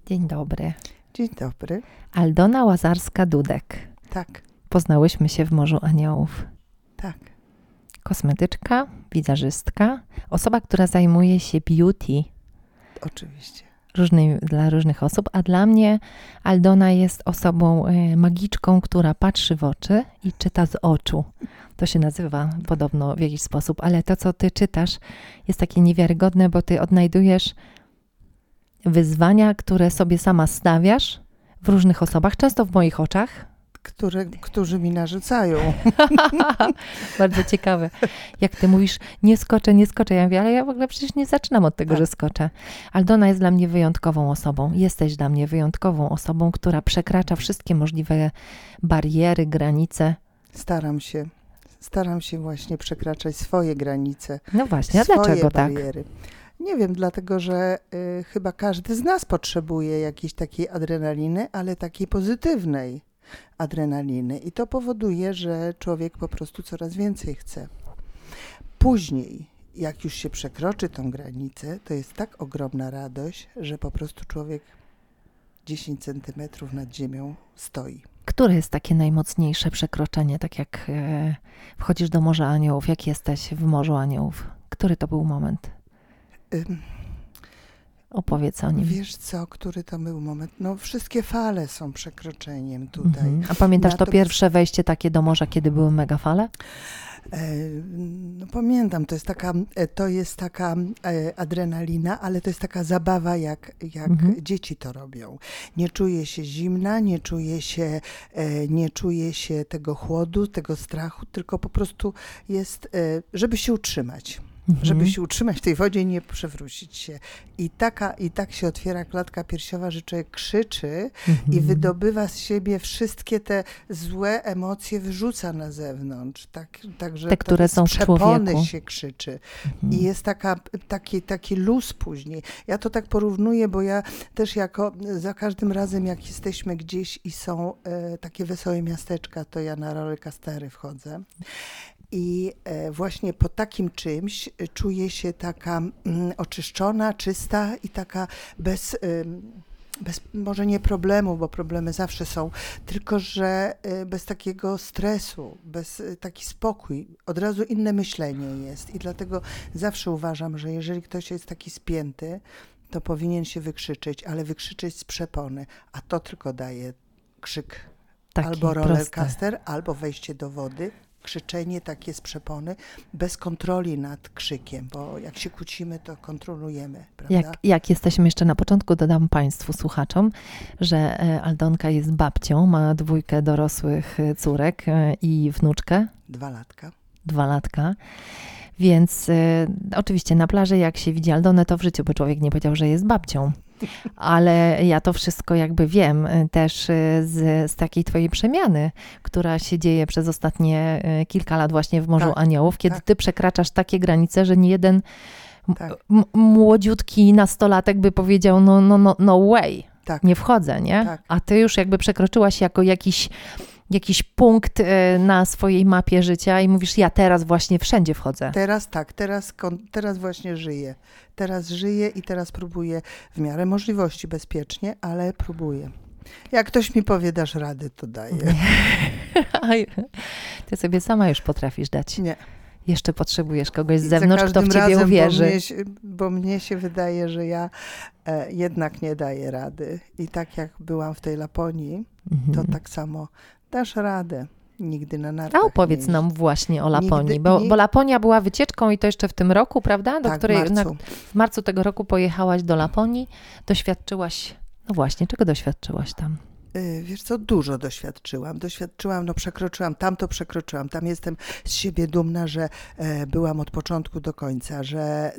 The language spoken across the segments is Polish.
Dzień dobry. Dzień dobry. Aldona Łazarska-Dudek. Tak, Poznałyśmy się w Morzu Aniołów. tak. Kosmetyczka, wizerzystka, osoba, która zajmuje się beauty Oczywiście. dla różnych osób, a dla mnie Aldona jest osobą magiczką, która patrzy w oczy i czyta z oczu. To się nazywa podobno w jakiś sposób, ale to, co ty czytasz, jest takie niewiarygodne, bo ty odnajdujesz wyzwania, które sobie sama stawiasz w różnych osobach, często w moich oczach. Którzy mi narzucają. Bardzo ciekawe. Jak ty mówisz, nie skoczę. Ja mówię, ale ja w ogóle przecież nie zaczynam od tego, Tak. że skoczę. Aldona jest dla mnie wyjątkową osobą. Jesteś dla mnie wyjątkową osobą, która przekracza wszystkie możliwe bariery, granice. Staram się właśnie przekraczać swoje granice. No właśnie, a swoje dlaczego tak? bariery. Nie wiem, dlatego że chyba każdy z nas potrzebuje jakiejś takiej adrenaliny, ale takiej pozytywnej adrenaliny. I to powoduje, że człowiek po prostu coraz więcej chce. Później, jak już się przekroczy tą granicę, to jest tak ogromna radość, że po prostu człowiek 10 centymetrów nad ziemią stoi. Które jest takie najmocniejsze przekroczenie, tak jak wchodzisz do Morza Aniołów, jak jesteś w Morzu Aniołów? Który to był moment? Opowiedz o nim. Wiesz co, który to był moment? No wszystkie fale są przekroczeniem tutaj. A pamiętasz to Natomiast- pierwsze wejście takie do morza, kiedy były mega fale? No pamiętam, to jest taka adrenalina, ale to jest taka zabawa, jak dzieci to robią. Nie czuję się zimna, nie czuję się tego chłodu, tego strachu, tylko po prostu jest, żeby się utrzymać. Żeby się utrzymać w tej wodzie i nie przewrócić się. I tak się otwiera klatka piersiowa, że człowiek krzyczy i wydobywa z siebie wszystkie te złe emocje, wyrzuca na zewnątrz. Także Te, które są w przepony człowieku. się krzyczy. I jest taki luz później. Ja to tak porównuję, bo ja też za każdym razem, jak jesteśmy gdzieś i są takie wesołe miasteczka, to ja na rollercoastery wchodzę. I właśnie po takim czymś czuję się taka oczyszczona, czysta i taka bez może nie problemu, bo problemy zawsze są, tylko że bez takiego stresu, taki spokój, od razu inne myślenie jest. I dlatego zawsze uważam, że jeżeli ktoś jest taki spięty, to powinien się wykrzyczeć, ale wykrzyczeć z przepony, a to tylko daje krzyk. Taki Albo rollercoaster, albo wejście do wody. Krzyczenie takie z przepony, bez kontroli nad krzykiem, bo jak się kłócimy, to kontrolujemy, prawda? Jak jesteśmy jeszcze na początku, dodam Państwu, słuchaczom, że Aldonka jest babcią, ma 2 dorosłych córek i wnuczkę. 2 latka. 2 latka. Więc oczywiście na plaży, jak się widzi Aldonę, to w życiu by człowiek nie powiedział, że jest babcią. Ale ja to wszystko jakby wiem też z takiej twojej przemiany, która się dzieje przez ostatnie kilka lat właśnie w Morzu Aniołów, kiedy ty przekraczasz takie granice, że niejeden młodziutki nastolatek by powiedział no way, nie wchodzę, nie? Tak. A ty już jakby przekroczyłaś jako jakiś punkt na swojej mapie życia i mówisz, ja teraz właśnie wszędzie wchodzę. Teraz właśnie żyję. Teraz żyję i teraz próbuję w miarę możliwości bezpiecznie, ale próbuję. Jak ktoś mi powie, dasz radę, to daję. Ty sobie sama już potrafisz dać. Nie. Jeszcze potrzebujesz kogoś z zewnątrz, kto w ciebie uwierzy. Bo mnie się wydaje, że ja jednak nie daję rady. I tak jak byłam w tej Laponii, to tak samo dasz radę. Nigdy na nartach. A opowiedz nam właśnie o Laponii, bo Laponia była wycieczką i to jeszcze w tym roku, prawda? Do której w marcu tego roku pojechałaś do Laponii. Doświadczyłaś, no właśnie, czego doświadczyłaś tam? Wiesz co, dużo doświadczyłam, przekroczyłam, tam jestem z siebie dumna, że byłam od początku do końca, że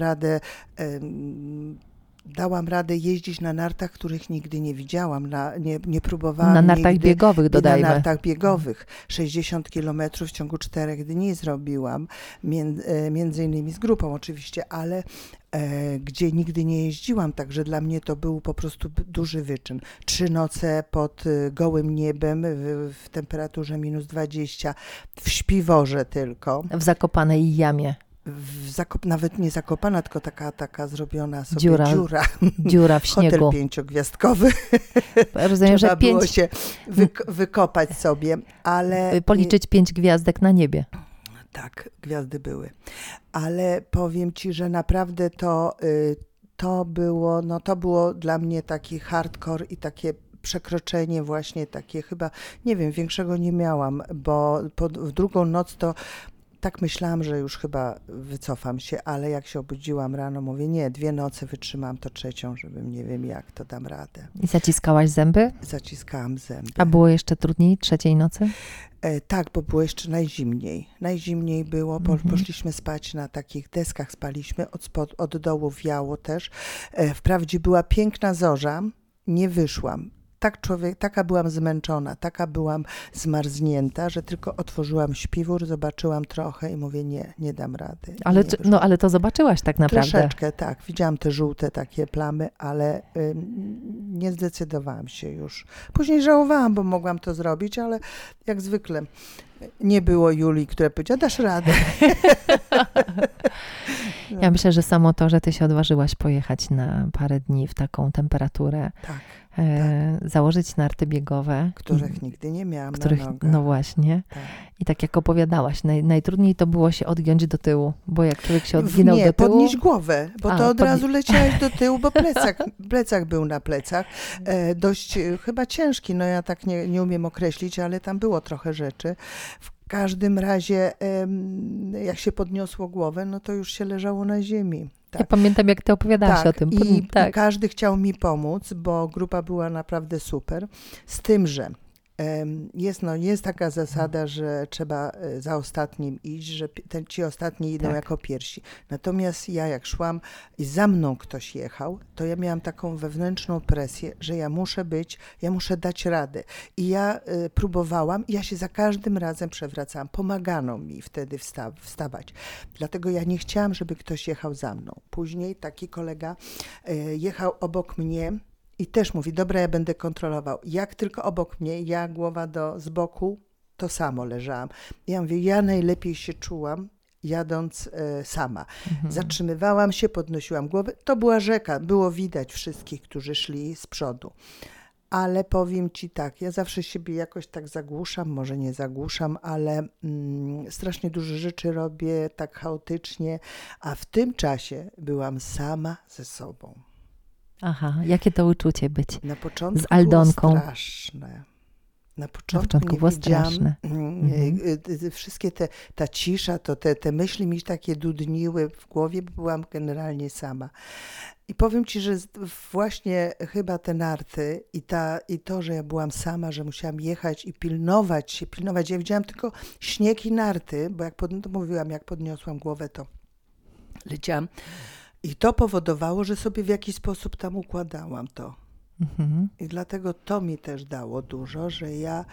dałam radę jeździć na nartach, których nigdy nie widziałam, nie próbowałam na nartach biegowych, dodajmy. Na nartach biegowych. 60 kilometrów w ciągu 4 dni zrobiłam, między innymi z grupą oczywiście, ale gdzie nigdy nie jeździłam, także dla mnie to był po prostu duży wyczyn. 3 noce pod gołym niebem w temperaturze -20, w śpiworze tylko. W Zakopanej Jamie. nawet nie zakopana, tylko taka zrobiona sobie dziura w śniegu. Hotel 5-gwiazdkowy. Rozumiem, Trzeba że było się wykopać sobie, ale... Policzyć 5 gwiazdek na niebie. Tak, gwiazdy były. Ale powiem ci, że naprawdę to było dla mnie taki hardcore i takie przekroczenie właśnie takie chyba, nie wiem, większego nie miałam, bo w drugą noc to tak myślałam, że już chyba wycofam się, ale jak się obudziłam rano, mówię, nie, 2 noce wytrzymam, to 3, żebym nie wiem jak, to dam radę. I zaciskałaś zęby? Zaciskałam zęby. A było jeszcze trudniej 3 nocy? Tak, bo było jeszcze najzimniej. Najzimniej było, poszliśmy spać na takich deskach, spaliśmy, od dołu wiało też. Wprawdzie była piękna zorza, nie wyszłam. Taka byłam zmęczona, taka byłam zmarznięta, że tylko otworzyłam śpiwór, zobaczyłam trochę i mówię, nie dam rady. Ale to zobaczyłaś tak naprawdę. Troszeczkę, tak. Widziałam te żółte takie plamy, ale nie zdecydowałam się już. Później żałowałam, bo mogłam to zrobić, ale jak zwykle nie było Julii, która powiedziała, dasz radę. Ja myślę, że samo to, że ty się odważyłaś pojechać na parę dni w taką temperaturę, tak. założyć narty biegowe. Których nigdy nie miałam na nogach. No właśnie. Tak. I tak jak opowiadałaś, najtrudniej to było się odgiąć do tyłu, bo jak człowiek się odginął do tyłu... podnieść głowę, bo to od razu leciałeś do tyłu, bo plecak był na plecach. Dość chyba ciężki, no ja tak nie umiem określić, ale tam było trochę rzeczy. W każdym razie, jak się podniosło głowę, no to już się leżało na ziemi. Tak. Ja pamiętam, jak ty opowiadałaś o tym. I każdy chciał mi pomóc, bo grupa była naprawdę super. Z tym, że jest taka zasada, że trzeba za ostatnim iść, że ci ostatni idą jako pierwsi. Natomiast ja jak szłam i za mną ktoś jechał, to ja miałam taką wewnętrzną presję, że ja muszę dać radę. I ja próbowałam i ja się za każdym razem przewracałam. Pomagano mi wtedy wstawać. Dlatego ja nie chciałam, żeby ktoś jechał za mną. Później taki kolega jechał obok mnie, i też mówi, dobra, ja będę kontrolował. Jak tylko obok mnie, ja głowa z boku, to samo leżałam. Ja mówię, ja najlepiej się czułam, jadąc sama. Zatrzymywałam się, podnosiłam głowę. To była rzeka, było widać wszystkich, którzy szli z przodu. Ale powiem ci tak, ja zawsze siebie jakoś tak zagłuszam, może nie zagłuszam, ale strasznie dużo rzeczy robię tak chaotycznie, a w tym czasie byłam sama ze sobą. Aha, jakie to uczucie być na początku z Aldonką? Było straszne. Na początku było straszne. Wszystkie ta cisza, te myśli mi takie dudniły w głowie, bo byłam generalnie sama. I powiem ci, że właśnie chyba te narty i to, że ja byłam sama, że musiałam jechać i pilnować. Ja widziałam tylko śnieg i narty, bo mówiłam, jak podniosłam głowę, to leciałam. I to powodowało, że sobie w jakiś sposób tam układałam to. I dlatego to mi też dało dużo, że ja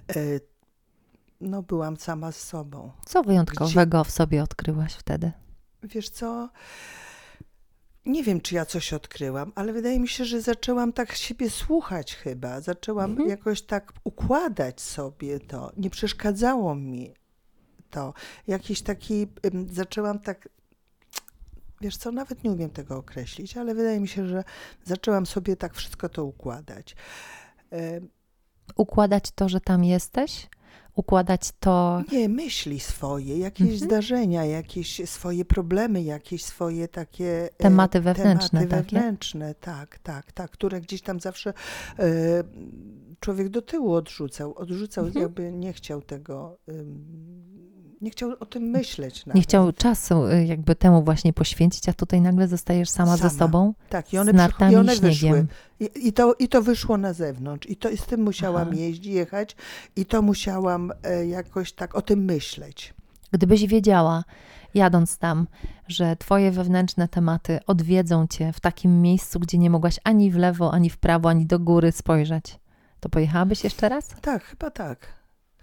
byłam sama z sobą. Co wyjątkowego w sobie odkryłaś wtedy? Wiesz co, nie wiem, czy ja coś odkryłam, ale wydaje mi się, że zaczęłam tak siebie słuchać chyba. Zaczęłam jakoś tak układać sobie to. Nie przeszkadzało mi to. Zaczęłam tak... Wiesz co, nawet nie umiem tego określić, ale wydaje mi się, że zaczęłam sobie tak wszystko to układać. Układać to, że tam jesteś? Układać to... Nie, myśli swoje, jakieś zdarzenia, jakieś swoje problemy, jakieś swoje takie... Tematy wewnętrzne. Tematy wewnętrzne, tak, które gdzieś tam zawsze człowiek do tyłu odrzucał, jakby nie chciał tego... Nie chciał o tym myśleć. Nie chciał czasu jakby temu właśnie poświęcić, a tutaj nagle zostajesz sama ze sobą. Tak, i one wyszły. I to wyszło na zewnątrz. I z tym musiałam jechać i to musiałam jakoś tak o tym myśleć. Gdybyś wiedziała, jadąc tam, że twoje wewnętrzne tematy odwiedzą cię w takim miejscu, gdzie nie mogłaś ani w lewo, ani w prawo, ani do góry spojrzeć, to pojechałabyś jeszcze raz? Tak, chyba tak.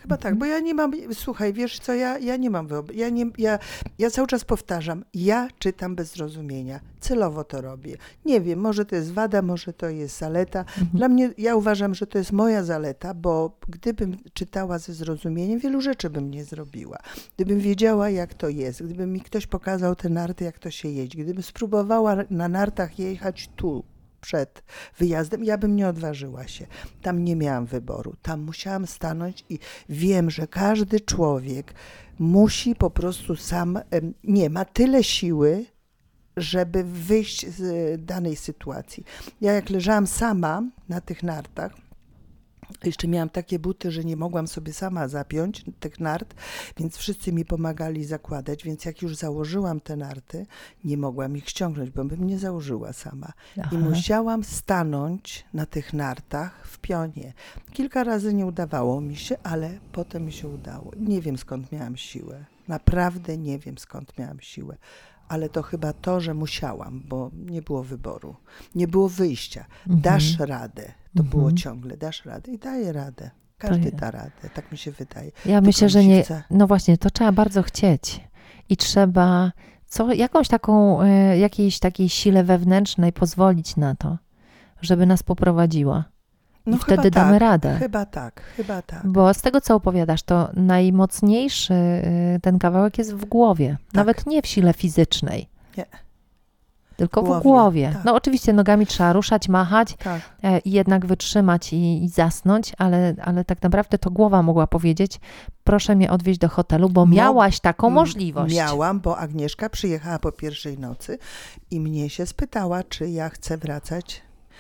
Chyba tak, bo ja nie mam, słuchaj, wiesz co, ja nie mam ja cały czas powtarzam, ja czytam bez zrozumienia, celowo to robię. Nie wiem, może to jest wada, może to jest zaleta. Dla mnie, ja uważam, że to jest moja zaleta, bo gdybym czytała ze zrozumieniem, wielu rzeczy bym nie zrobiła. Gdybym wiedziała, jak to jest, gdyby mi ktoś pokazał te narty, jak to się jeździ, gdybym spróbowała na nartach jechać tu, przed wyjazdem, ja bym nie odważyła się. Tam nie miałam wyboru. Tam musiałam stanąć i wiem, że każdy człowiek musi po prostu sam, ma tyle siły, żeby wyjść z danej sytuacji. Ja jak leżałam sama na tych nartach, jeszcze miałam takie buty, że nie mogłam sobie sama zapiąć tych nart, więc wszyscy mi pomagali zakładać, więc jak już założyłam te narty, nie mogłam ich ściągnąć, bo bym nie założyła sama. I musiałam stanąć na tych nartach w pionie. Kilka razy nie udawało mi się, ale potem mi się udało. Nie wiem, skąd miałam siłę. Naprawdę nie wiem, skąd miałam siłę. Ale to chyba to, że musiałam, bo nie było wyboru. Nie było wyjścia. Dasz radę. To było ciągle. Dasz radę i daję radę. Każdy da radę. Tak mi się wydaje. Ja myślę, że nie. No właśnie, to trzeba bardzo chcieć. I trzeba jakąś taką, jakiejś takiej sile wewnętrznej pozwolić na to, żeby nas poprowadziła. I wtedy damy radę. Chyba tak. Bo z tego, co opowiadasz, to najmocniejszy ten kawałek jest w głowie. Tak. Nawet nie w sile fizycznej. Nie. Tylko w głowie. Tak. No oczywiście nogami trzeba ruszać, machać i jednak wytrzymać i zasnąć, ale tak naprawdę to głowa mogła powiedzieć, proszę mnie odwieźć do hotelu, bo miałaś taką możliwość. Miałam, bo Agnieszka przyjechała po pierwszej nocy i mnie się spytała, czy ja chcę wracać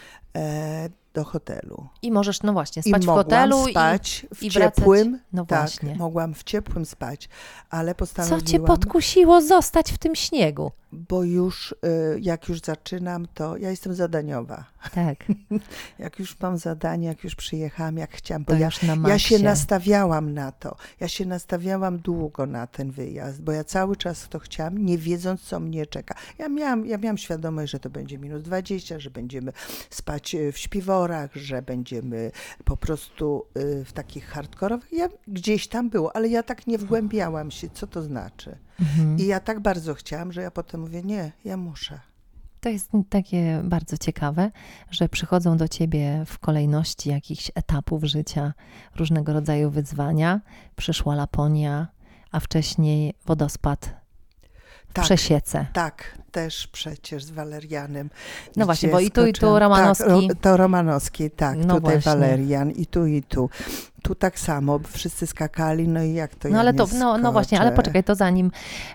do hotelu. I możesz, no właśnie, spać w hotelu spać w i ciepłym. Wracać. No tak, właśnie. Mogłam w ciepłym spać, ale postanowiłam... Co cię podkusiło zostać w tym śniegu? Bo już, jak już zaczynam, to ja jestem zadaniowa. Tak. Jak już mam zadanie, jak już przyjechałam, jak chciałam, bo ja się nastawiałam na to. Ja się nastawiałam długo na ten wyjazd, bo ja cały czas to chciałam, nie wiedząc, co mnie czeka. Ja miałam świadomość, że to będzie -20, że będziemy spać w śpiworach, że będziemy po prostu w takich hardkorowych. Gdzieś tam było, ale ja tak nie wgłębiałam się, co to znaczy. I ja tak bardzo chciałam, że ja potem mówię, nie, ja muszę. To jest takie bardzo ciekawe, że przychodzą do ciebie w kolejności jakichś etapów życia, różnego rodzaju wyzwania. Przyszła Laponia, a wcześniej wodospad w Przesiece. Tak, też przecież z Walerianem. No właśnie, bo i tu Romanowski. Tak, to Romanowski, tak, no tutaj właśnie. Walerian i tu. Tu tak samo, wszyscy skakali, no i jak to no, ja ale nie to, no właśnie, ale poczekaj, to zanim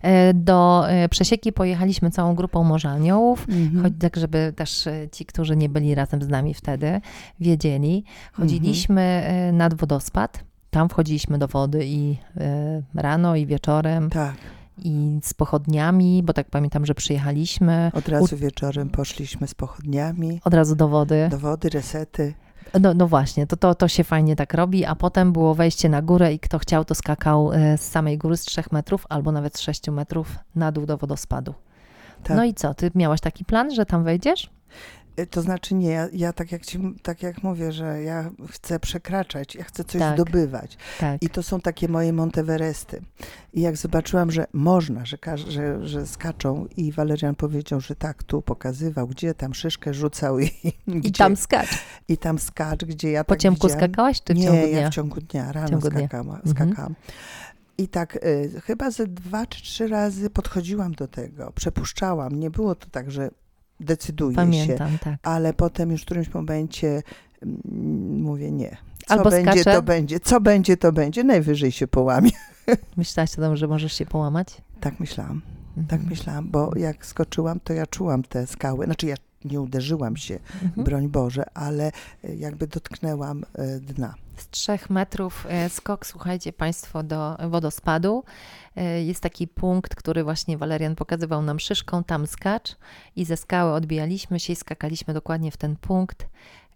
do Przesieki pojechaliśmy całą grupą Morza Aniołów, choć tak, żeby też ci, którzy nie byli razem z nami wtedy, wiedzieli. Chodziliśmy nad wodospad, tam wchodziliśmy do wody i rano, i wieczorem. Tak. I z pochodniami, bo tak pamiętam, że przyjechaliśmy. Od razu wieczorem poszliśmy z pochodniami. Od razu do wody. Do wody, resety. No właśnie, to się fajnie tak robi, a potem było wejście na górę i kto chciał, to skakał z samej góry z 3 metrów albo nawet z 6 metrów na dół do wodospadu. Tak. No i co, ty miałaś taki plan, że tam wejdziesz? To znaczy nie, ja tak jak mówię, że ja chcę przekraczać, ja chcę coś zdobywać. Tak. I to są takie moje Monteveresty. I jak zobaczyłam, że można, że skaczą i Walerian powiedział, że tak, tu pokazywał, gdzie tam szyszkę rzucał i tam skacz. I tam skacz, gdzie ja po tak ciemku widziałam. skakałaś, czy w ciągu dnia? Nie, ja w ciągu dnia, rano skakałam. I tak chyba ze 2 czy 3 razy podchodziłam do tego, przepuszczałam. Nie było to tak, że decyduję Pamiętam, się, tak. ale potem już w którymś momencie mówię nie. Co Albo będzie, skaczę. to będzie. Co będzie, to będzie. Najwyżej się połamie. Myślałaś o tym, że możesz się połamać? Tak myślałam. Tak myślałam, bo jak skoczyłam, to ja czułam te skały. Znaczy ja nie uderzyłam się, broń Boże, ale jakby dotknęłam dna. Z 3 metrów skok, słuchajcie Państwo, do wodospadu. Jest taki punkt, który właśnie Walerian pokazywał nam szyszką, tam skacz i ze skały odbijaliśmy się i skakaliśmy dokładnie w ten punkt,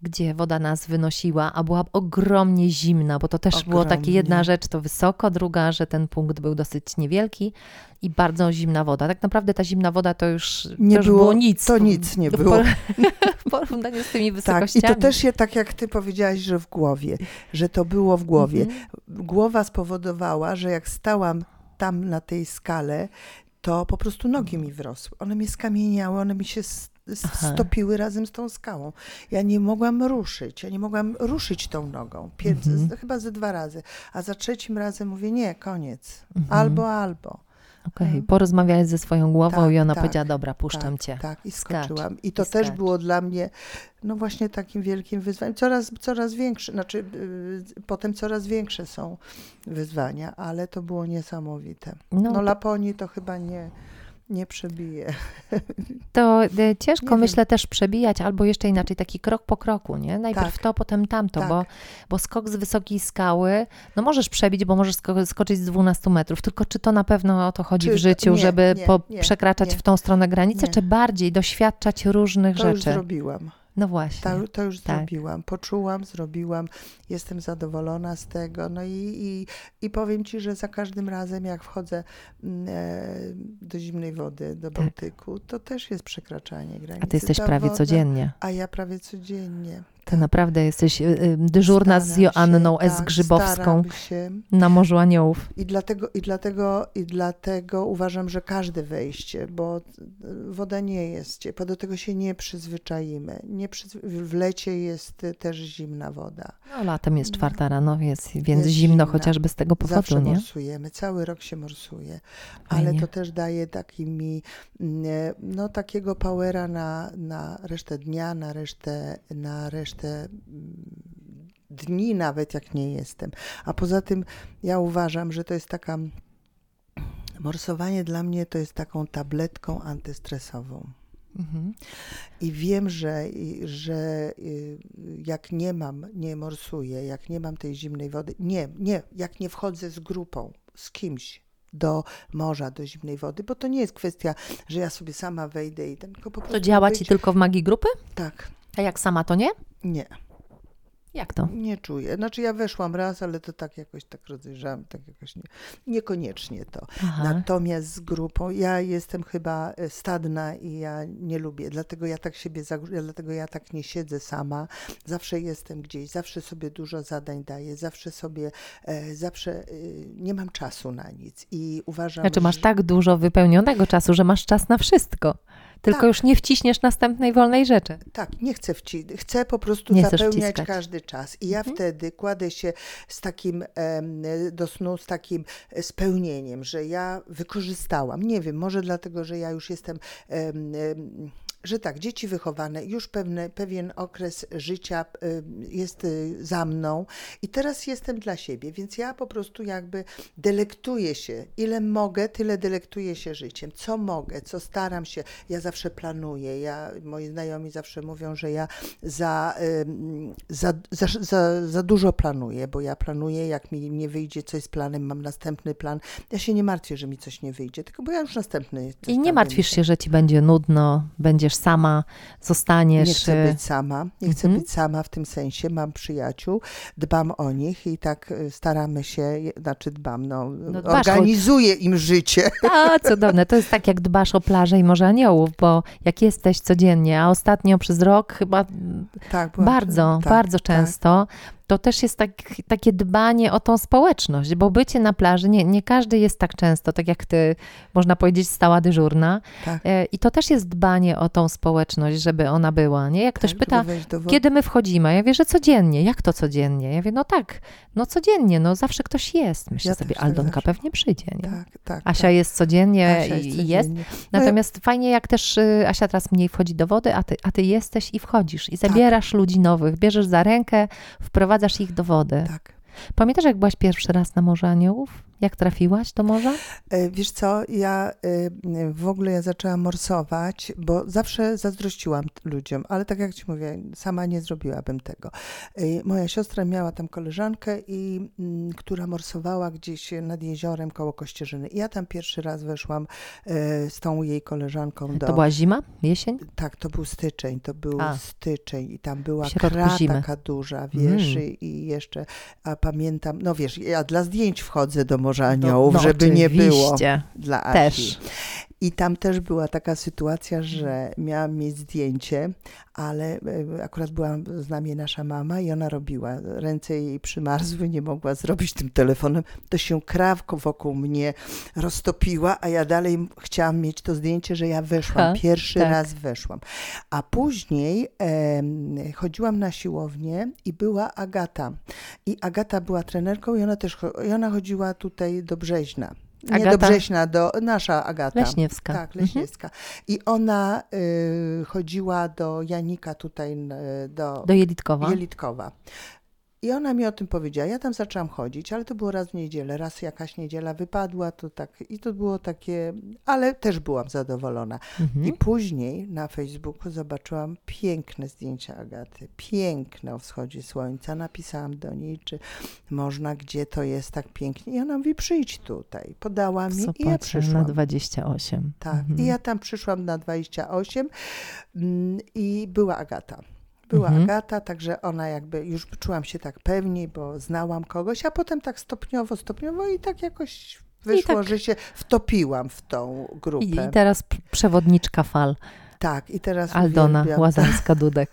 gdzie woda nas wynosiła, a była ogromnie zimna, bo to też było takie jedna rzecz, to wysoko, druga, że ten punkt był dosyć niewielki i bardzo zimna woda. Tak naprawdę ta zimna woda to już było nic. To nic nie było. W porównaniu z tymi wysokościami. Tak, i to też tak jak ty powiedziałaś, że w głowie, że to było w głowie. Głowa spowodowała, że jak stałam tam na tej skale, to po prostu nogi mi wrosły. One mi skamieniały, one mi się stopiły razem z tą skałą. Ja nie mogłam ruszyć tą nogą. Chyba ze 2 razy. A za 3 razem mówię, nie, koniec. Albo. Okej, porozmawiałeś ze swoją głową i ona powiedziała, dobra, puszczam cię. Tak, i skoczyłam. I to też było dla mnie, no właśnie takim wielkim wyzwaniem. Coraz większe, potem coraz większe są wyzwania, ale to było niesamowite. Laponii to chyba nie przebije. To ciężko, myślę, też przebijać, albo jeszcze inaczej, taki krok po kroku, nie? Najpierw to, potem tamto, bo skok z wysokiej skały, no możesz przebić, bo możesz skoczyć z 12 metrów, tylko czy to na pewno o to chodzi w życiu, żeby przekraczać w tą stronę granicy, czy bardziej doświadczać różnych rzeczy? To już zrobiłam. No właśnie. To już zrobiłam. Poczułam, zrobiłam. Jestem zadowolona z tego. No i powiem ci, że za każdym razem, jak wchodzę do zimnej wody, do Bałtyku, to też jest przekraczanie granicy. A ty jesteś prawie codziennie. A ja prawie codziennie. Ty naprawdę jesteś dyżurna z Joanną S. Grzybowską na Morzu Aniołów. I dlatego uważam, że każde wejście, bo woda nie jest ciepła, do tego się nie przyzwyczaimy. W lecie jest też zimna woda. No latem jest 4 rano, więc zimno chociażby z tego powodu, Zawsze nie? morsujemy, cały rok się morsuje, ale to też daje takiego powera na resztę dnia, na resztę dni nawet, jak nie jestem. A poza tym ja uważam, że to jest morsowanie dla mnie to jest taką tabletką antystresową. I wiem, że jak nie morsuję, jak nie mam tej zimnej wody, jak nie wchodzę z grupą, z kimś do morza, do zimnej wody, bo to nie jest kwestia, że ja sobie sama wejdę i tylko po prostu. To działa ci tylko w magii grupy? Tak. A jak sama to nie? Nie. Jak to? Nie czuję. Znaczy ja weszłam raz, ale to tak jakoś tak rozejrzałam, tak jakoś niekoniecznie to. Natomiast z grupą ja jestem chyba stadna i ja nie lubię, dlatego ja tak nie siedzę sama. Zawsze jestem gdzieś, zawsze sobie dużo zadań daję, zawsze nie mam czasu na nic i uważam, Znaczy masz tak dużo wypełnionego czasu, że masz czas na wszystko. Tylko już nie wciśniesz następnej wolnej rzeczy. Tak, nie chcę chcę po prostu zapełniać każdy czas. I ja wtedy kładę się do snu z takim spełnieniem, że ja wykorzystałam. Nie wiem, może dlatego, że ja już jestem że tak, dzieci wychowane, już pewien okres życia jest za mną i teraz jestem dla siebie, więc ja po prostu jakby delektuję się, ile mogę, tyle delektuję się życiem, co mogę, co staram się, ja zawsze planuję, moi znajomi zawsze mówią, że ja za dużo planuję, bo ja planuję, jak mi nie wyjdzie coś z planem, mam następny plan, ja się nie martwię, że mi coś nie wyjdzie, tylko bo ja już następny. I nie martwisz się, że ci będzie nudno, będziesz sama, zostaniesz. Nie chcę być sama, być sama w tym sensie, mam przyjaciół, dbam o nich i tak staramy się, organizuję im życie. A, cudowne, to jest tak jak dbasz o plażę i Morze Aniołów, bo jak jesteś codziennie, a ostatnio przez rok chyba bardzo często, to też jest takie dbanie o tą społeczność, bo bycie na plaży, nie każdy jest tak często, tak jak ty, można powiedzieć, stała dyżurna. Tak. I to też jest dbanie o tą społeczność, żeby ona była. Nie? Jak ktoś pyta, kiedy my wchodzimy? Ja wiem, że codziennie. Jak to codziennie? Ja wiem, codziennie, zawsze ktoś jest. Myślę sobie, Aldonka pewnie przyjdzie. Nie? Tak, Asia jest codziennie i jest. Natomiast fajnie, jak też Asia teraz mniej wchodzi do wody, a ty jesteś i wchodzisz i zabierasz ludzi nowych, bierzesz za rękę, wprowadzasz ich do wody. Tak. Pamiętasz, jak byłaś pierwszy raz na Morzu Aniołów? Jak trafiłaś do morza? Wiesz co, ja w ogóle zaczęłam morsować, bo zawsze zazdrościłam ludziom, ale tak jak ci mówię, sama nie zrobiłabym tego. Moja siostra miała tam koleżankę, która morsowała gdzieś nad jeziorem koło Kościerzyny. I ja tam pierwszy raz weszłam z tą jej koleżanką To była zima? Jesień? Tak, to był styczeń, styczeń i tam była zimy. taka duża, wiesz, i jeszcze, a pamiętam, no wiesz, ja dla zdjęć wchodzę do Morza Aniołów, żeby nie było dla Asi. Też. I tam też była taka sytuacja, że miałam mieć zdjęcie, ale akurat była z nami nasza mama i ona robiła. Ręce jej przymarzły, nie mogła zrobić tym telefonem. To się krawko wokół mnie roztopiła, a ja dalej chciałam mieć to zdjęcie, że ja weszłam. Pierwszy raz weszłam. A później chodziłam na siłownię i była Agata. I Agata była trenerką i ona chodziła tutaj do Brzeźna. Nie do Brześna, nasza Agata. Leśniewska. Tak, Leśniewska. I ona chodziła do Janika tutaj, do Jelitkowa. I ona mi o tym powiedziała. Ja tam zaczęłam chodzić, ale to było raz w niedzielę. Raz jakaś niedziela wypadła, to tak. I to było takie, ale też byłam zadowolona. I później na Facebooku zobaczyłam piękne zdjęcia Agaty. Piękne o wschodzie słońca. Napisałam do niej, czy można, gdzie to jest tak pięknie. I ona mówi, przyjdź tutaj. Podała mi i ja przyszłam. Na 28. Tak. I ja tam przyszłam na 28 i była Agata. Była Agata, także ona jakby, już czułam się tak pewniej, bo znałam kogoś, a potem tak stopniowo i tak jakoś wyszło, że się wtopiłam w tą grupę. I teraz przewodniczka fal. Tak, i teraz Aldona Łazańska-Dudek.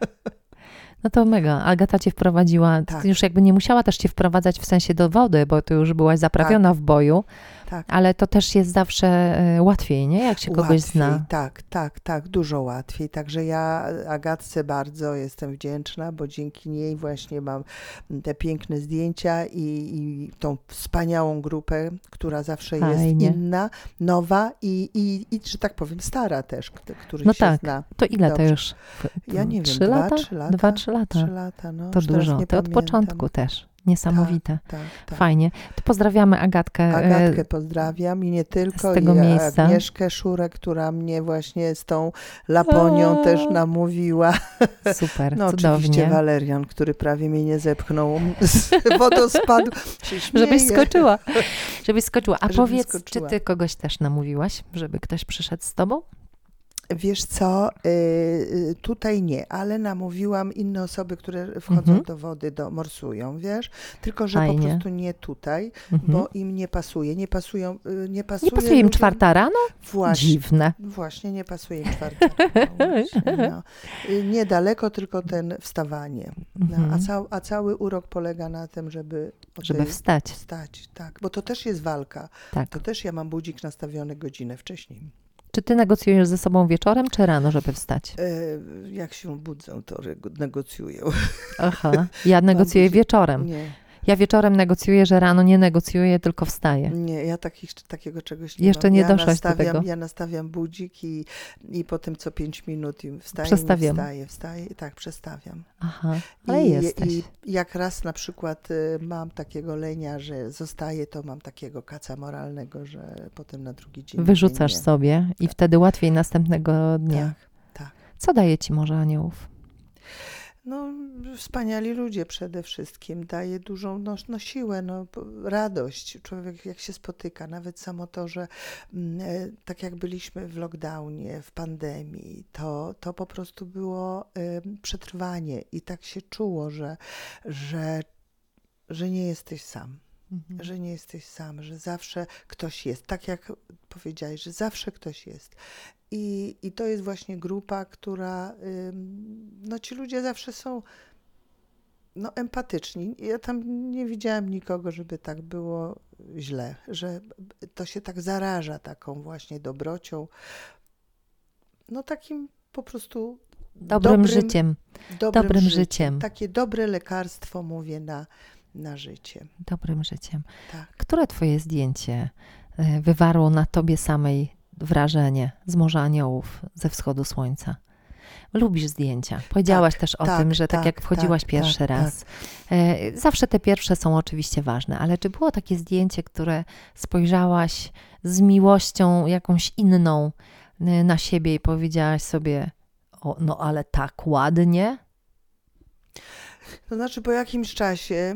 No to mega. Agata cię wprowadziła, już jakby nie musiała też cię wprowadzać w sensie do wody, bo ty już byłaś zaprawiona w boju, ale to też jest zawsze łatwiej, nie? Jak się kogoś zna. Tak, dużo łatwiej. Także ja Agatce bardzo jestem wdzięczna, bo dzięki niej właśnie mam te piękne zdjęcia i tą wspaniałą grupę, która zawsze jest inna, nowa i że tak powiem stara też, który się zna. To ile dobrze. To już? Ja nie wiem, 3 lata? 3 lata. 2-3 lata. 3 lata, no. To dużo. To od początku też. Niesamowite. Tak. Fajnie. To pozdrawiamy Agatkę. Agatkę pozdrawiam i nie tylko. Z tego miejsca. Agnieszkę Szurek, która mnie właśnie z tą Laponią też namówiła. Super, no, cudownie. Oczywiście Walerian, który prawie mnie nie zepchnął z wodospadu. Żebyś skoczyła. A powiedz, czy ty kogoś też namówiłaś, żeby ktoś przyszedł z tobą? Wiesz co, tutaj nie, ale namówiłam inne osoby, które wchodzą do wody, morsują, wiesz? Tylko, że po prostu nie tutaj, bo im nie pasuje. Nie pasuje im 4 rano? Właśnie. Dziwne. Właśnie, nie pasuje im 4 rano. Niedaleko, tylko wstawanie. A cały urok polega na tym, żeby wstać. Tak, bo to też jest walka. Tak. To też ja mam budzik nastawiony godzinę wcześniej. Czy ty negocjujesz ze sobą wieczorem, czy rano, żeby wstać? Jak się budzą, to negocjuję. Aha, ja negocjuję wieczorem. Nie. Ja wieczorem negocjuję, że rano nie negocjuję, tylko wstaję. Nie, ja takiego czegoś nie Jeszcze mam. nie doszłaś do tego. Ja nastawiam budzik i potem co 5 minut wstaję i tak przestawiam. Aha, ale jesteś. I jak raz na przykład mam takiego lenia, że zostaję, to mam takiego kaca moralnego, że potem na drugi dzień wyrzucasz sobie i wtedy łatwiej następnego dnia. Tak. Co daje ci Morze Aniołów? No, wspaniali ludzie przede wszystkim, daje dużą siłę, radość. Człowiek jak się spotyka, nawet samo to, że tak jak byliśmy w lockdownie, w pandemii, to po prostu było przetrwanie i tak się czuło, że nie jesteś sam. Że nie jesteś sam, że zawsze ktoś jest. Tak jak powiedziałeś, że zawsze ktoś jest. I to jest właśnie grupa, która, ci ludzie zawsze są empatyczni. Ja tam nie widziałam nikogo, żeby tak było źle, że to się tak zaraża taką właśnie dobrocią, takim po prostu dobrym życiem. Dobrym życiem. Takie dobre lekarstwo, mówię, na życie. Dobrym życiem. Tak. Które twoje zdjęcie wywarło na tobie samej wrażenie z Morza Aniołów, ze wschodu słońca? lubisz zdjęcia. Powiedziałaś też o tym, że tak jak wchodziłaś pierwszy raz. Zawsze te pierwsze są oczywiście ważne, ale czy było takie zdjęcie, które spojrzałaś z miłością jakąś inną na siebie i powiedziałaś sobie, o, no ale tak ładnie? To znaczy po jakimś czasie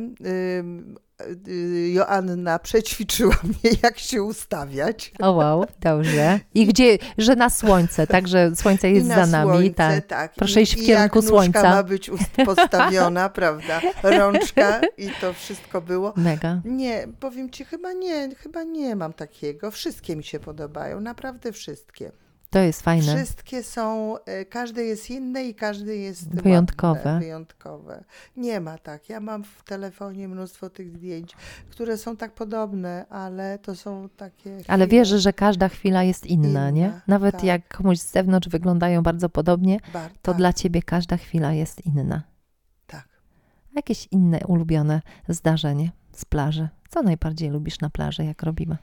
Joanna przećwiczyła mnie, jak się ustawiać. O wow, dobrze. I gdzie, że na słońce, także słońce jest za nami. Słońce, tak. Proszę iść w kierunku jak słońca. nóżka ma być postawiona, prawda? Rączka i to wszystko było. Mega. Nie, powiem ci, chyba nie mam takiego. Wszystkie mi się podobają, naprawdę wszystkie. To jest fajne. Wszystkie są, każde jest inne i każde jest wyjątkowe. Wyjątkowe. Nie ma tak. Ja mam w telefonie mnóstwo tych zdjęć, które są tak podobne, ale to są takie... Ale wierzę, że każda chwila jest inna, nie? Nawet tak. jak komuś z zewnątrz wyglądają bardzo podobnie, to tak. dla ciebie każda chwila jest inna. Tak. Jakieś inne ulubione zdarzenie z plaży? Co najbardziej lubisz na plaży, jak robimy?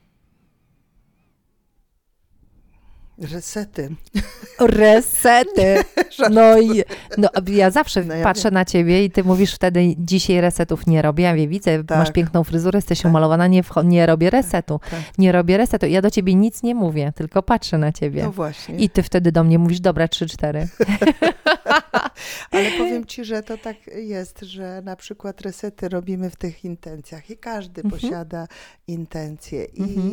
Resety. No ja zawsze patrzę na ciebie i ty mówisz wtedy, dzisiaj resetów nie robię. Ja widzę, masz piękną fryzurę, jesteś umalowana, nie robię resetu. Nie robię resetu. Ja do ciebie nic nie mówię, tylko patrzę na ciebie. No właśnie. I ty wtedy do mnie mówisz, dobra, 3-4. Ale powiem ci, że to tak jest, że na przykład resety robimy w tych intencjach i każdy posiada intencje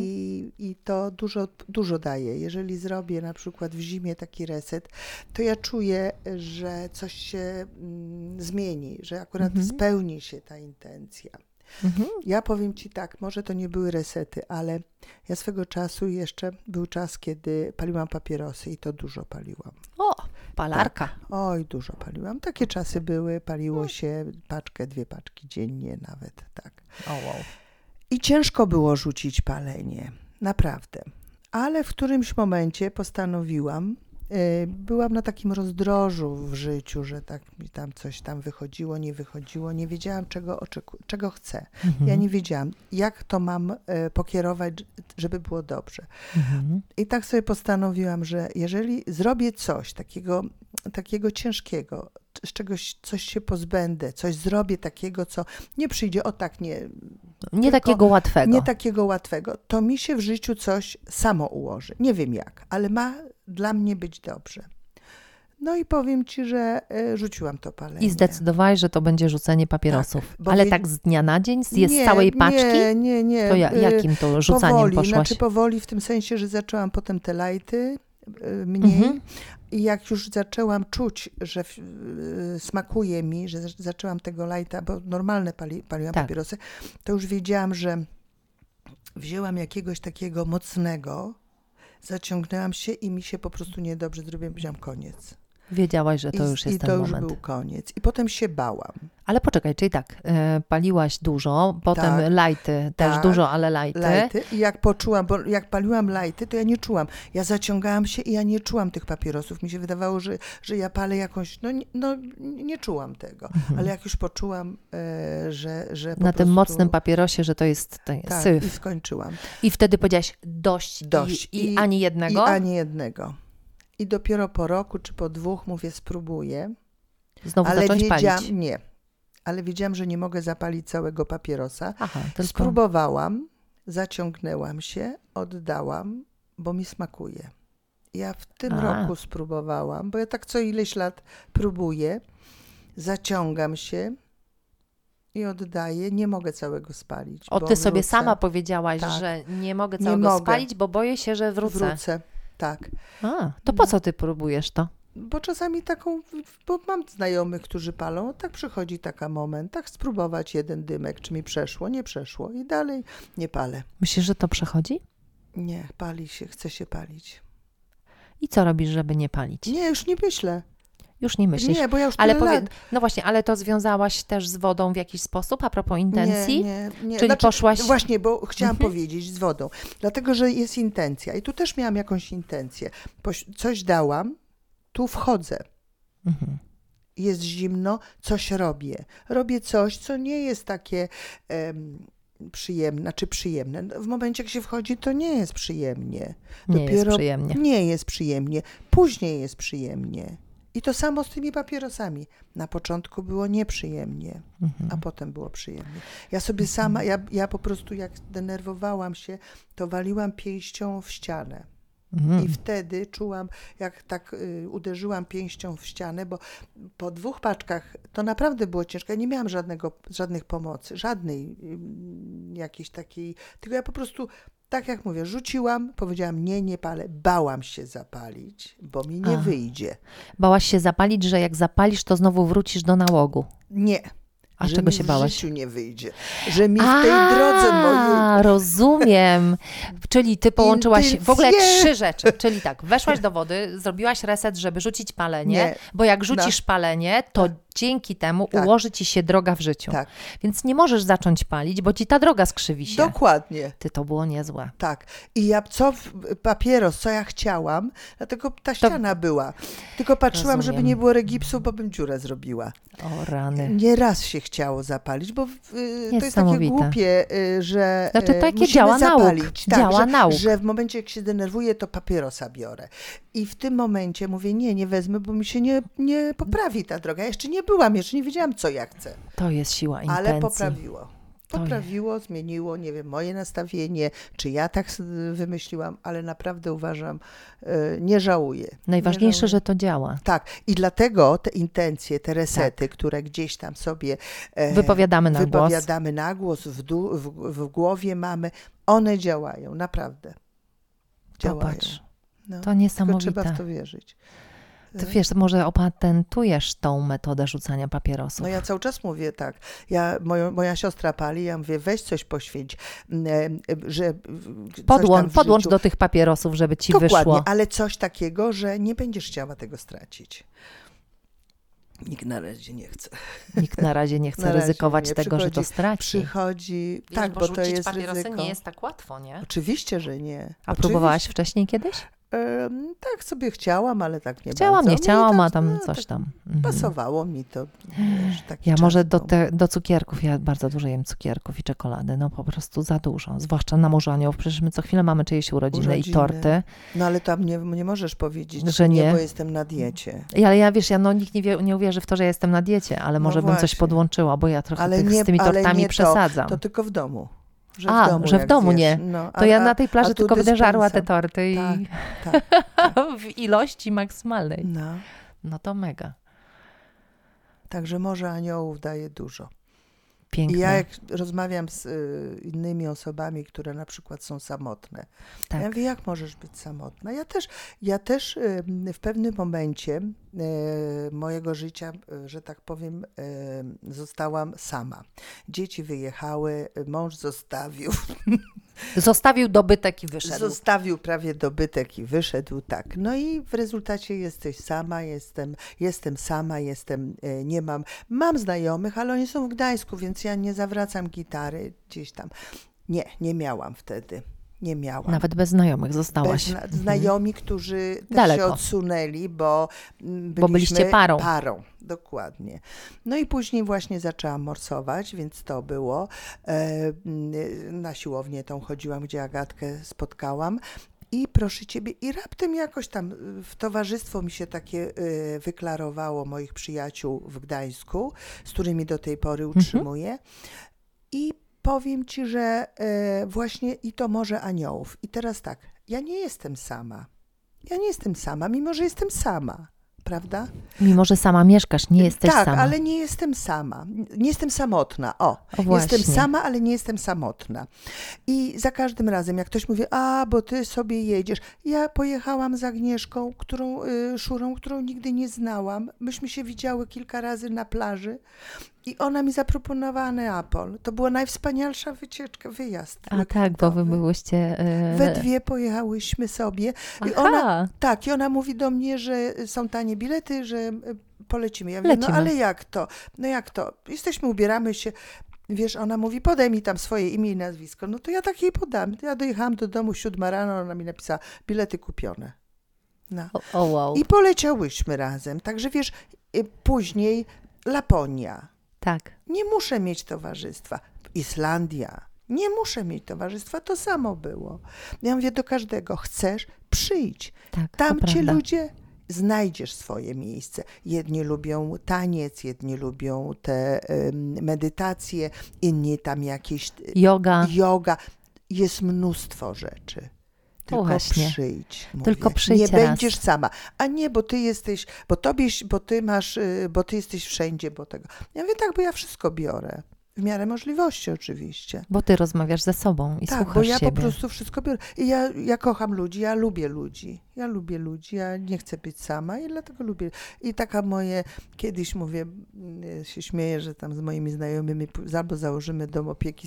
i to dużo daje. Jeżeli zrobię na przykład w zimie taki reset, to ja czuję, że coś się zmieni, że akurat spełni się ta intencja. Ja powiem ci tak, może to nie były resety, ale ja swego czasu jeszcze był czas, kiedy paliłam papierosy i to dużo paliłam. O, palarka. Tak. Oj, dużo paliłam. Takie czasy były, paliło się paczkę, 2 paczki dziennie nawet, tak. O, wow. I ciężko było rzucić palenie, naprawdę. Ale w którymś momencie postanowiłam, byłam na takim rozdrożu w życiu, że tak mi tam coś tam wychodziło, nie wychodziło. Nie wiedziałam, czego chcę. Ja nie wiedziałam, jak to mam pokierować, żeby było dobrze. I tak sobie postanowiłam, że jeżeli zrobię coś takiego ciężkiego, z czegoś coś się pozbędę, coś zrobię takiego, co nie przyjdzie, nie takiego łatwego. Nie takiego łatwego. To mi się w życiu coś samo ułoży. Nie wiem jak, ale ma dla mnie być dobrze. No i powiem ci, że rzuciłam to palenie. I zdecydowałaś, że to będzie rzucenie papierosów. Tak, ale tak z dnia na dzień? Z całej paczki? Nie. To jakim to rzucaniem poszłaś? Powoli, w tym sensie, że zaczęłam potem te lajty mniej. I jak już zaczęłam czuć, że smakuje mi, że zaczęłam tego lajta, bo normalne paliłam papierosy, to już wiedziałam, że wzięłam jakiegoś takiego mocnego, zaciągnęłam się i mi się po prostu niedobrze zrobiło, powiedziałam koniec. Wiedziałaś, że to już jest ten moment. I to już był koniec. I potem się bałam. Ale poczekaj, czyli tak, paliłaś dużo, potem lajty też dużo, ale lajty. I jak poczułam, bo jak paliłam lajty, to ja nie czułam. Ja zaciągałam się i ja nie czułam tych papierosów. Mi się wydawało, że ja palę jakąś, nie czułam tego. Ale jak już poczułam, że po na tym mocnym papierosie, że to jest syf. I skończyłam. I wtedy powiedziałaś dość. I ani jednego? I ani jednego. I dopiero po roku czy po 2 mówię, spróbuję. Znowu zacząć palić? Nie. Ale wiedziałam, że nie mogę zapalić całego papierosa. Tylko... Spróbowałam, zaciągnęłam się, oddałam, bo mi smakuje. Ja w tym roku spróbowałam, bo ja tak co ileś lat próbuję, zaciągam się i oddaję. Nie mogę całego spalić. Ty sobie sama powiedziałaś, że nie mogę całego spalić, bo boję się, że wrócę. Tak. To po co ty próbujesz to? Bo czasami bo mam znajomych, którzy palą, tak przychodzi taki moment, tak spróbować jeden dymek, czy mi przeszło, nie przeszło i dalej nie palę. Myślisz, że to przechodzi? Nie, pali się, chce się palić. I co robisz, żeby nie palić? Nie, już nie myślę. Już nie myślisz. Nie, bo ja już lat. No właśnie, ale to związałaś też z wodą w jakiś sposób, a propos intencji? Nie. Czyli poszłaś... Właśnie, bo chciałam powiedzieć z wodą. Dlatego, że jest intencja. I tu też miałam jakąś intencję. Coś dałam, tu wchodzę. Jest zimno, coś robię. Robię coś, co nie jest takie przyjemne. W momencie, jak się wchodzi, to nie jest przyjemnie. Nie jest przyjemnie. Nie jest przyjemnie. Później jest przyjemnie. I to samo z tymi papierosami. Na początku było nieprzyjemnie, a potem było przyjemnie. Ja sobie sama, ja po prostu jak denerwowałam się, to waliłam pięścią w ścianę. I wtedy czułam, jak tak uderzyłam pięścią w ścianę, bo po 2 paczkach to naprawdę było ciężko. Ja nie miałam żadnych pomocy, żadnej jakiejś takiej, tylko ja po prostu, tak jak mówię, rzuciłam, powiedziałam nie palę, bałam się zapalić, bo mi nie wyjdzie. Bałaś się zapalić, że jak zapalisz, to znowu wrócisz do nałogu? Nie. A czego się bałaś? Że mi w życiu nie wyjdzie. Że mi w tej drodze mojej... Rozumiem. Czyli ty połączyłaś w ogóle 3 rzeczy. Czyli tak, weszłaś do wody, zrobiłaś reset, żeby rzucić palenie, bo jak rzucisz palenie, to dzięki temu ułoży ci się droga w życiu. Tak. Więc nie możesz zacząć palić, bo ci ta droga skrzywi się. Dokładnie. To było niezłe. Tak. I ja papieros, co ja chciałam, dlatego ta ściana była. Tylko patrzyłam, żeby nie było regipsu, bo bym dziurę zrobiła. O rany. Nieraz się chciało zapalić, bo to jest takie głupie, że znaczy, takie musimy działa zapalić. Tak, działa nauk. Że w momencie, jak się denerwuję, to papierosa biorę. I w tym momencie mówię, nie wezmę, bo mi się nie poprawi ta droga. Ja jeszcze nie wiedziałam, co ja chcę. To jest siła intencji. Ale poprawiło, zmieniło, nie wiem, moje nastawienie, czy ja tak wymyśliłam, ale naprawdę uważam, nie żałuję. Najważniejsze, że to działa. Tak. I dlatego te intencje, te resety, które gdzieś tam sobie wypowiadamy na głos, w głowie mamy, one działają, naprawdę. Działają. Popatrz. To niesamowite. Tylko trzeba w to wierzyć. Ty wiesz, może opatentujesz tą metodę rzucania papierosów. No ja cały czas mówię tak. Moja siostra pali, ja mówię, weź coś poświęć, że... Podłącz do tych papierosów, żeby ci wyszło. Dokładnie, ale coś takiego, że nie będziesz chciała tego stracić. Nikt na razie nie chce. Nikt na razie nie chce ryzykować tego, że to straci. Przychodzi... Wiesz, tak, bo to jest papierosy ryzyko. nie jest tak łatwo, nie? Oczywiście, że nie. A próbowałaś wcześniej kiedyś? Tak sobie chciałam, ale tak nie Chciałam, bardzo. nie chciałam, a tam coś tam. Pasowało mi to. Wiesz, ja może do cukierków, ja bardzo dużo jem cukierków i czekolady, no po prostu za dużo. Zwłaszcza na Morzu Aniołów, przecież my co chwilę mamy czyjeś urodziny i torty. No ale tam nie możesz powiedzieć, że nie, bo jestem na diecie. Ale ja wiesz, nikt nie uwierzy w to, że jestem na diecie, ale może bym coś podłączyła, bo ja trochę z tymi tortami przesadzam. To tylko w domu. Że w domu nie. No, to ja na tej plaży tylko będę żarła te torty tak. w ilości maksymalnej. No. No to mega. Także Morze Aniołów daje dużo. Piękne. I ja jak rozmawiam z innymi osobami, które na przykład są samotne, ja mówię, jak możesz być samotna? Ja też w pewnym momencie mojego życia, że tak powiem, zostałam sama. Dzieci wyjechały, mąż zostawił. Zostawił dobytek i wyszedł. Zostawił prawie dobytek i wyszedł, tak. No i w rezultacie jesteś sama, jestem sama, nie mam znajomych, ale oni są w Gdańsku, więc ja nie zawracam gitary gdzieś tam. Nie miałam wtedy. Nie miałam. Nawet bez znajomych zostałaś. Znajomi, którzy też się odsunęli, bo byliście parą. Dokładnie. No i później właśnie zaczęłam morsować, więc to było. Na siłownię tą chodziłam, gdzie Agatkę spotkałam. I proszę ciebie, i raptem jakoś tam w towarzystwo mi się takie wyklarowało moich przyjaciół w Gdańsku, z którymi do tej pory utrzymuję. I powiem ci, że właśnie i to Morze Aniołów. I teraz tak, ja nie jestem sama. Mimo że jestem sama. Prawda? Mimo że sama mieszkasz, nie jesteś sama. Tak, ale nie jestem sama. Nie jestem samotna. Jestem sama, ale nie jestem samotna. I za każdym razem, jak ktoś mówi, bo ty sobie jedziesz. Ja pojechałam z Agnieszką, Szurą, którą nigdy nie znałam. Myśmy się widziały kilka razy na plaży. I ona mi zaproponowała Neapol. To była najwspanialsza wyjazd. A tak, bo wy byłyście... We dwie pojechałyśmy sobie. I ona mówi do mnie, że są tanie bilety, że polecimy. Ja mówię, ale jak to? Ubieramy się. Wiesz, ona mówi, podaj mi tam swoje imię i nazwisko. No to ja tak jej podam. Ja dojechałam do domu 7 rano, ona mi napisała, bilety kupione. No. Wow. I poleciałyśmy razem. Także wiesz, później Laponia. Tak. Nie muszę mieć towarzystwa. Islandia. Nie muszę mieć towarzystwa. To samo było. Ja mówię do każdego, chcesz? Przyjdź. Tak, tam cię ludzie znajdziesz swoje miejsce. Jedni lubią taniec, jedni lubią te medytacje, inni tam jakieś yoga. Jest mnóstwo rzeczy. Tylko przyjdź. Mówię. Tylko przyjdź nie raz. będziesz sama. A nie, bo ty jesteś, bo ty jesteś wszędzie, bo tego. Ja mówię tak, bo ja wszystko biorę. W miarę możliwości oczywiście. Bo ty rozmawiasz ze sobą i słuchasz bo ja siebie. Po prostu wszystko biorę. I ja kocham ludzi, ja lubię ludzi. Ja nie chcę być sama i dlatego lubię. I taka kiedyś mówię, się śmieję, że tam z moimi znajomymi albo założymy dom opieki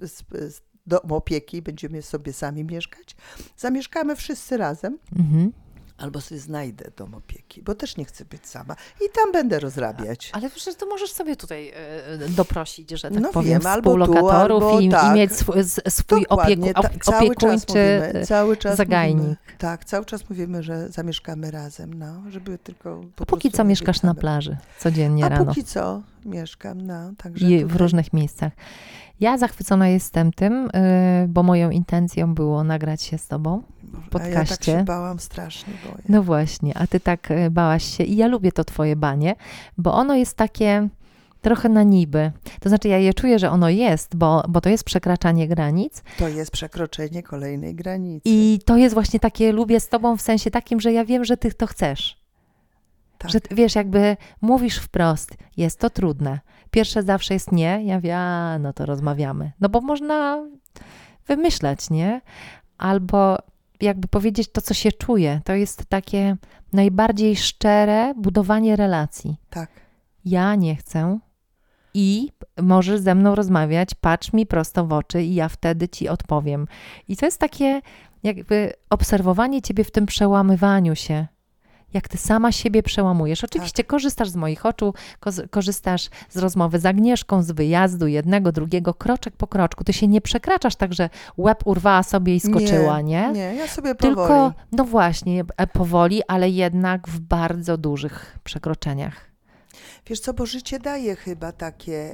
dom opieki, będziemy sobie sami mieszkać. Zamieszkamy wszyscy razem. Albo sobie znajdę dom opieki, bo też nie chcę być sama. I tam będę rozrabiać. Ale przecież to możesz sobie tutaj doprosić, że tak no powiem, wiem, współlokatorów i mieć swój opiekuńczy zagajnik. Cały czas mówimy, że zamieszkamy razem, żeby tylko... A póki co mieszkasz na plaży codziennie rano. A póki co mieszkam, także i w różnych miejscach. Ja zachwycona jestem tym, bo moją intencją było nagrać się z tobą w podcaście. A ja tak się bałam, strasznie boję. No właśnie, a ty tak bałaś się i ja lubię to twoje banie, bo ono jest takie trochę na niby. To znaczy ja je czuję, że ono jest, bo to jest przekraczanie granic. To jest przekroczenie kolejnej granicy. I to jest właśnie takie, lubię z tobą w sensie takim, że ja wiem, że ty to chcesz. Tak. Że wiesz, jakby mówisz wprost, jest to trudne. Pierwsze zawsze jest nie, ja mówię, no to rozmawiamy. No bo można wymyślać, nie? Albo jakby powiedzieć to, co się czuje. To jest takie najbardziej szczere budowanie relacji. Tak. Ja nie chcę i możesz ze mną rozmawiać, patrz mi prosto w oczy i ja wtedy ci odpowiem. I to jest takie jakby obserwowanie ciebie w tym przełamywaniu się. Jak ty sama siebie przełamujesz. Oczywiście korzystasz z moich oczu, korzystasz z rozmowy z Agnieszką, z wyjazdu jednego, drugiego, kroczek po kroczku. Ty się nie przekraczasz tak, że łeb urwała sobie i skoczyła, nie? Nie, ja sobie powoli. Tylko, no właśnie, powoli, ale jednak w bardzo dużych przekroczeniach. Wiesz co, bo życie daje chyba takie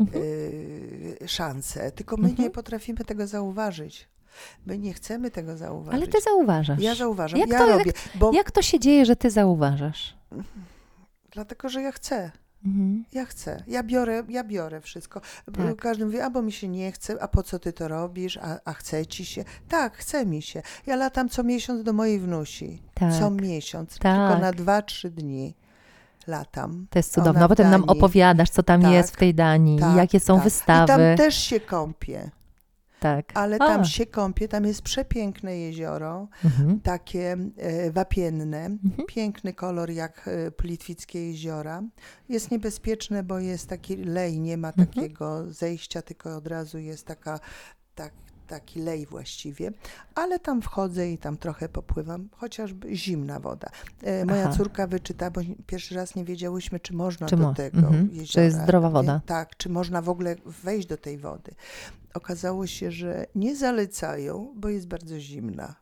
szanse, tylko my nie potrafimy tego zauważyć. My nie chcemy tego zauważyć. Ale ty zauważasz. Ja zauważam, robię. Jak to się dzieje, że ty zauważasz? Dlatego, że ja chcę. Ja chcę. Ja biorę wszystko. Tak. Każdy mówi, bo mi się nie chce, a po co ty to robisz, a chce ci się. Tak, chce mi się. Ja latam co miesiąc do mojej wnusi. Tak. Co miesiąc. Tak. Tylko na 2-3 dni latam. To jest cudowne. Potem nam opowiadasz, co tam jest w tej Danii, jakie są wystawy. I tam też się kąpię. Tak. Ale tam się kąpię, tam jest przepiękne jezioro, takie wapienne, piękny kolor jak Plitwickie jeziora. Jest niebezpieczne, bo jest taki lej, nie ma takiego zejścia, tylko od razu jest taki lej właściwie, ale tam wchodzę i tam trochę popływam, chociażby zimna woda. Moja córka wyczyta, bo pierwszy raz nie wiedziałyśmy, czy można do tego jeziora. Czy jest zdrowa woda. Tak, czy można w ogóle wejść do tej wody. Okazało się, że nie zalecają, bo jest bardzo zimna.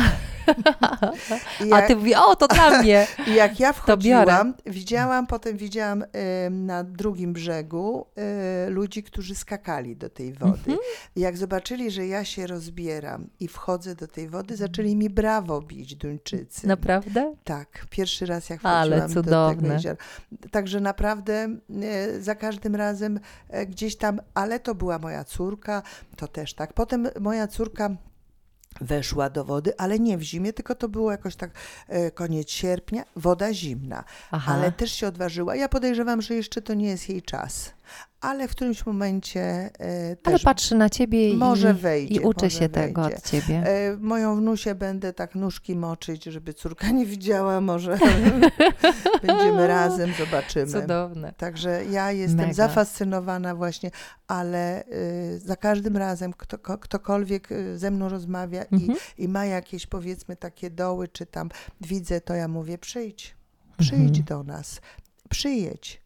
A ty mówisz, to dla mnie. I jak ja wchodziłam, potem widziałam na drugim brzegu ludzi, którzy skakali do tej wody. I jak zobaczyli, że ja się rozbieram i wchodzę do tej wody, zaczęli mi brawo bić Duńczycy. Naprawdę? Tak, pierwszy raz jak wchodziłam do tego jeziora. Także naprawdę za każdym razem gdzieś tam, ale to była moja córka, to też tak. Potem moja córka weszła do wody, ale nie w zimie, tylko to było jakoś tak koniec sierpnia, woda zimna, ale też się odważyła. Ja podejrzewam, że jeszcze to nie jest jej czas, ale w którymś momencie ale patrzy na ciebie może wejdzie, i uczy się tego od ciebie. Moją wnusię będę tak nóżki moczyć, żeby córka nie widziała, może będziemy razem, zobaczymy. Cudowne. Także ja jestem zafascynowana właśnie, ale za każdym razem ktokolwiek ze mną rozmawia i ma jakieś powiedzmy takie doły, czy tam widzę, to ja mówię przyjdź do nas, przyjedź.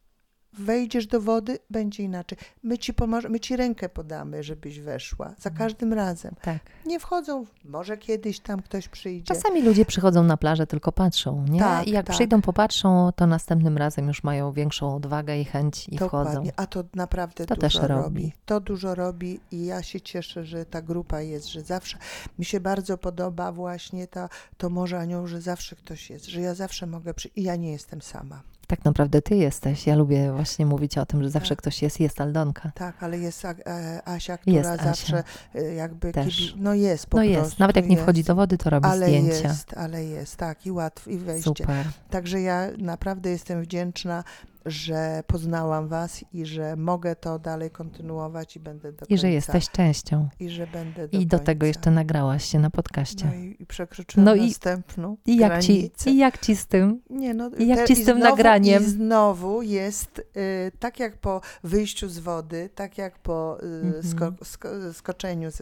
wejdziesz do wody, będzie inaczej. My ci rękę podamy, żebyś weszła. Za każdym razem. Tak. Nie wchodzą, może kiedyś tam ktoś przyjdzie. Czasami ludzie przychodzą na plażę, tylko patrzą, nie? Tak, I jak tak. przyjdą, popatrzą, to następnym razem już mają większą odwagę i chęć i Dokładnie. wchodzą. A to naprawdę To dużo też robi. robi. To dużo robi i ja się cieszę, że ta grupa jest, że zawsze mi się bardzo podoba właśnie to Morze Aniołów, że zawsze ktoś jest, że ja zawsze mogę przyjść i ja nie jestem sama. Tak naprawdę ty jesteś. Ja lubię właśnie mówić o tym, że zawsze ktoś jest Aldonka. Tak, ale jest Asia, która Jest Asia. zawsze jakby Też. jest po No prostu. jest. Nawet jak nie jest. wchodzi do wody, to robi zdjęcia. Ale jest, tak, i łatwo, i wejście. Super. Także ja naprawdę jestem wdzięczna, że poznałam was i że mogę to dalej kontynuować i będę do końca. I że jesteś częścią. I że będę do I do końca. tego jeszcze nagrałaś się na podcaście. No i przekroczyłam No i- następną I granicę. jak ci z tym? Nie, no, I jak ci z tym znowu, nagraniem? I znowu jest tak jak po wyjściu z wody, tak jak po skoczeniu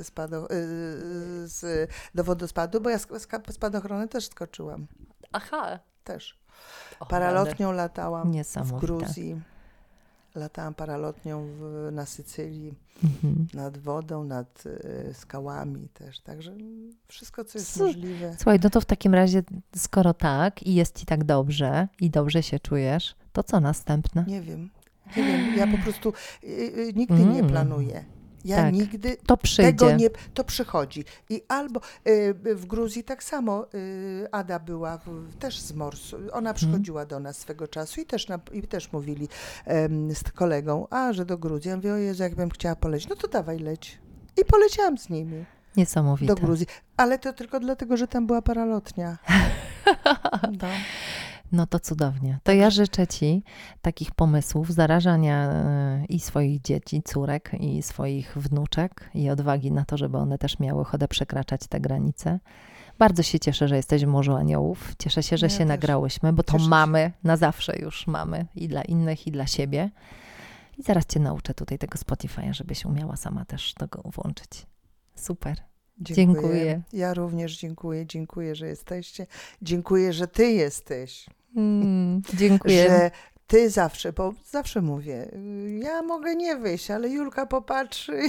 do wodospadu, bo ja spadochronem też skoczyłam. Aha. Też. O, Paralotnią latałam w Niesamowite. Gruzji. Latałam paralotnią na Sycylii, nad wodą, nad skałami też. Także wszystko, co jest możliwe. Słuchaj, no to w takim razie, skoro tak i jest ci tak dobrze i dobrze się czujesz, to co następne? Nie wiem. Ja po prostu nigdy nie planuję. Ja tak. nigdy To przyjdzie. tego nie... To przychodzi. I albo w Gruzji tak samo Ada była też z morsu. Ona przychodziła do nas swego czasu i też mówili z kolegą, że do Gruzji. Ja mówię, o Jezu, jakbym chciała polecieć. No to dawaj leć. I poleciałam z nimi Niesamowite. do Gruzji. Ale to tylko dlatego, że tam była paralotnia. No. No to cudownie. To ja życzę ci takich pomysłów, zarażania i swoich dzieci, córek i swoich wnuczek i odwagi na to, żeby one też miały ochotę przekraczać te granice. Bardzo się cieszę, że jesteś w Morzu Aniołów. Cieszę się, że Ja się też. nagrałyśmy, bo to Cieszę się. mamy, na zawsze już mamy i dla innych, i dla siebie. I zaraz cię nauczę tutaj tego Spotify'a, żebyś umiała sama też tego włączyć. Super. Dziękuję. Ja również dziękuję. Dziękuję, że jesteście. Dziękuję, że ty jesteś. Dziękuję. Że ty zawsze, bo zawsze mówię, ja mogę nie wyjść, ale Julka popatrzy.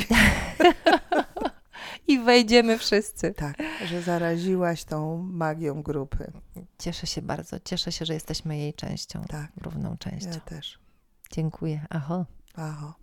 I wejdziemy wszyscy. Tak, że zaraziłaś tą magią grupy. Cieszę się bardzo. Cieszę się, że jesteśmy jej częścią. Tak. Równą częścią. Ja też. Dziękuję. Aho. Aho.